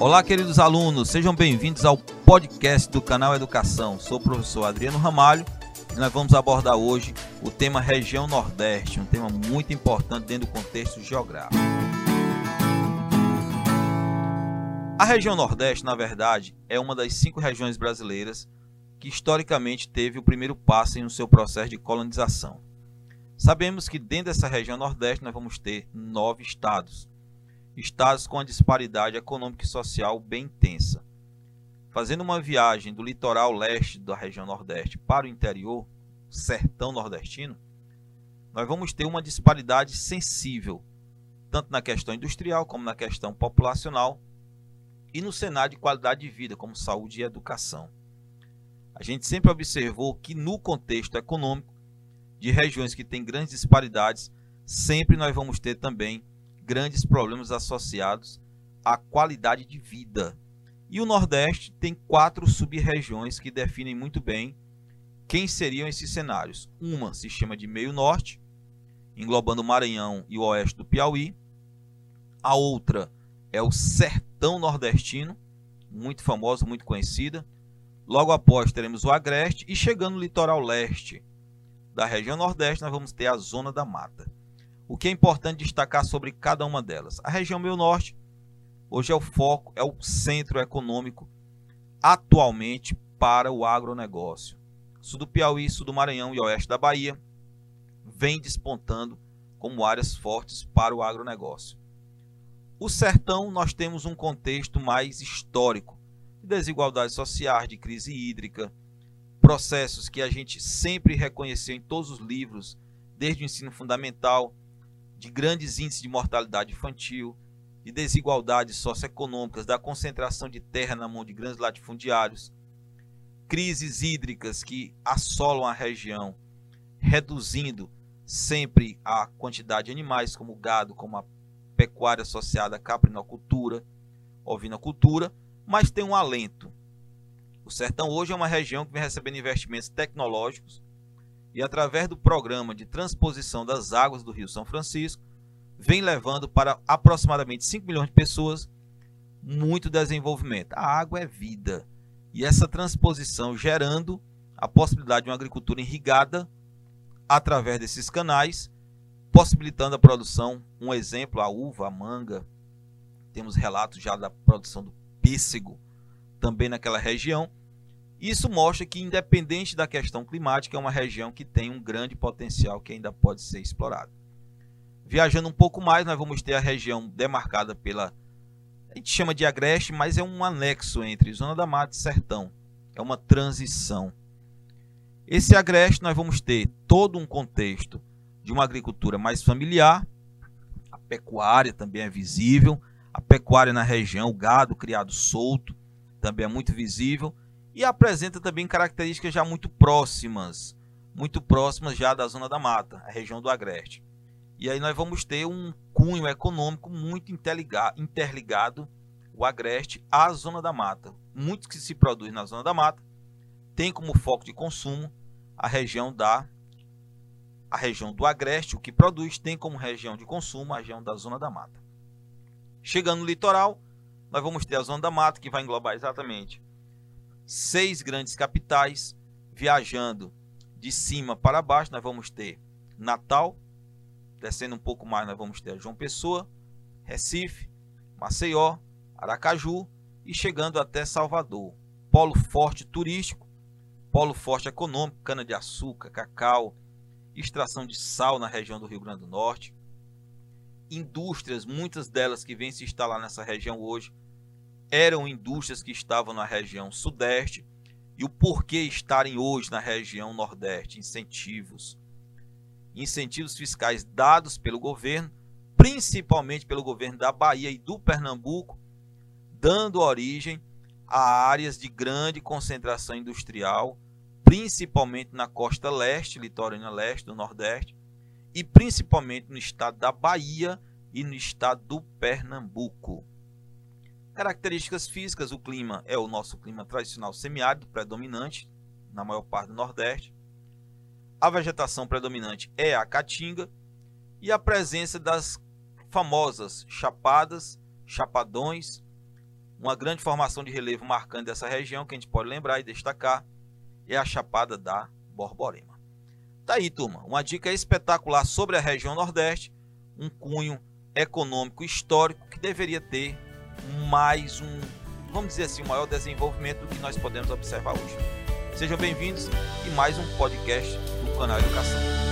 Olá, queridos alunos, sejam bem-vindos ao podcast do canal Educação. Sou o professor Adriano Ramalho e nós vamos abordar hoje o tema região Nordeste, um tema muito importante dentro do contexto geográfico. A região Nordeste, na verdade, é uma das 5 regiões brasileiras que historicamente teve o primeiro passo em seu processo de colonização. Sabemos que dentro dessa região Nordeste nós vamos ter 9 estados. Estados com a disparidade econômica e social bem intensa. Fazendo uma viagem do litoral leste da região Nordeste para o interior, sertão nordestino, nós vamos ter uma disparidade sensível, tanto na questão industrial como na questão populacional e no cenário de qualidade de vida, como saúde e educação. A gente sempre observou que no contexto econômico de regiões que têm grandes disparidades, sempre nós vamos ter também grandes problemas associados à qualidade de vida. E o Nordeste tem 4 sub-regiões que definem muito bem quem seriam esses cenários. Uma se chama de Meio Norte, englobando o Maranhão e o oeste do Piauí. A outra é o Sertão Nordestino, muito famosa, muito conhecida. Logo após teremos o Agreste e chegando no litoral leste da região Nordeste nós vamos ter a Zona da Mata. O que é importante destacar sobre cada uma delas? A região Meio Norte, hoje é o foco, é o centro econômico atualmente para o agronegócio. Sul do Piauí, sul do Maranhão e oeste da Bahia vem despontando como áreas fortes para o agronegócio. O sertão, nós temos um contexto mais histórico, de desigualdades sociais, de crise hídrica, processos que a gente sempre reconheceu em todos os livros, desde o ensino fundamental, de grandes índices de mortalidade infantil, de desigualdades socioeconômicas, da concentração de terra na mão de grandes latifundiários, crises hídricas que assolam a região, reduzindo sempre a quantidade de animais, como o gado, como a pecuária associada à caprinocultura, ovinocultura, mas tem um alento. O sertão hoje é uma região que vem recebendo investimentos tecnológicos e através do programa de transposição das águas do Rio São Francisco, vem levando para aproximadamente 5 milhões de pessoas muito desenvolvimento. A água é vida. E essa transposição gerando a possibilidade de uma agricultura irrigada através desses canais, possibilitando a produção, um exemplo, a uva, a manga. Temos relatos já da produção do pêssego também naquela região. Isso mostra que, independente da questão climática, é uma região que tem um grande potencial que ainda pode ser explorado. Viajando um pouco mais, nós vamos ter a região demarcada pela, a gente chama de Agreste, mas é um anexo entre Zona da Mata e Sertão. É uma transição. Esse Agreste nós vamos ter todo um contexto de uma agricultura mais familiar, a pecuária também é visível, a pecuária na região, o gado criado solto, também é muito visível, e apresenta também características já muito próximas já da Zona da Mata, a região do Agreste. E aí nós vamos ter um cunho econômico muito interligado, o Agreste à Zona da Mata. Muito que se produz na Zona da Mata tem como foco de consumo a região do Agreste, o que produz tem como região de consumo a região da Zona da Mata. Chegando no litoral, nós vamos ter a Zona da Mata, que vai englobar exatamente 6 grandes capitais. Viajando de cima para baixo, nós vamos ter Natal. Descendo um pouco mais, nós vamos ter João Pessoa, Recife, Maceió, Aracaju e chegando até Salvador. Polo forte turístico, polo forte econômico, cana-de-açúcar, cacau, extração de sal na região do Rio Grande do Norte. Indústrias, muitas delas que vêm se instalar nessa região hoje, eram indústrias que estavam na região sudeste. E o porquê estarem hoje na região nordeste? Incentivos fiscais dados pelo governo, principalmente pelo governo da Bahia e do Pernambuco, dando origem a áreas de grande concentração industrial, principalmente na costa leste, litorânea leste do Nordeste, e principalmente no estado da Bahia e no estado do Pernambuco. Características físicas: o clima é o nosso clima tradicional semiárido, predominante na maior parte do Nordeste. A vegetação predominante é a caatinga e a presença das famosas chapadas, chapadões, Uma grande formação de relevo marcante dessa região, que a gente pode lembrar e destacar, é a Chapada da Borborema. Tá aí, turma, uma dica espetacular sobre a região Nordeste, um cunho econômico histórico que deveria ter mais vamos dizer assim, um maior desenvolvimento do que nós podemos observar hoje. Sejam bem-vindos e mais um podcast do canal Educação.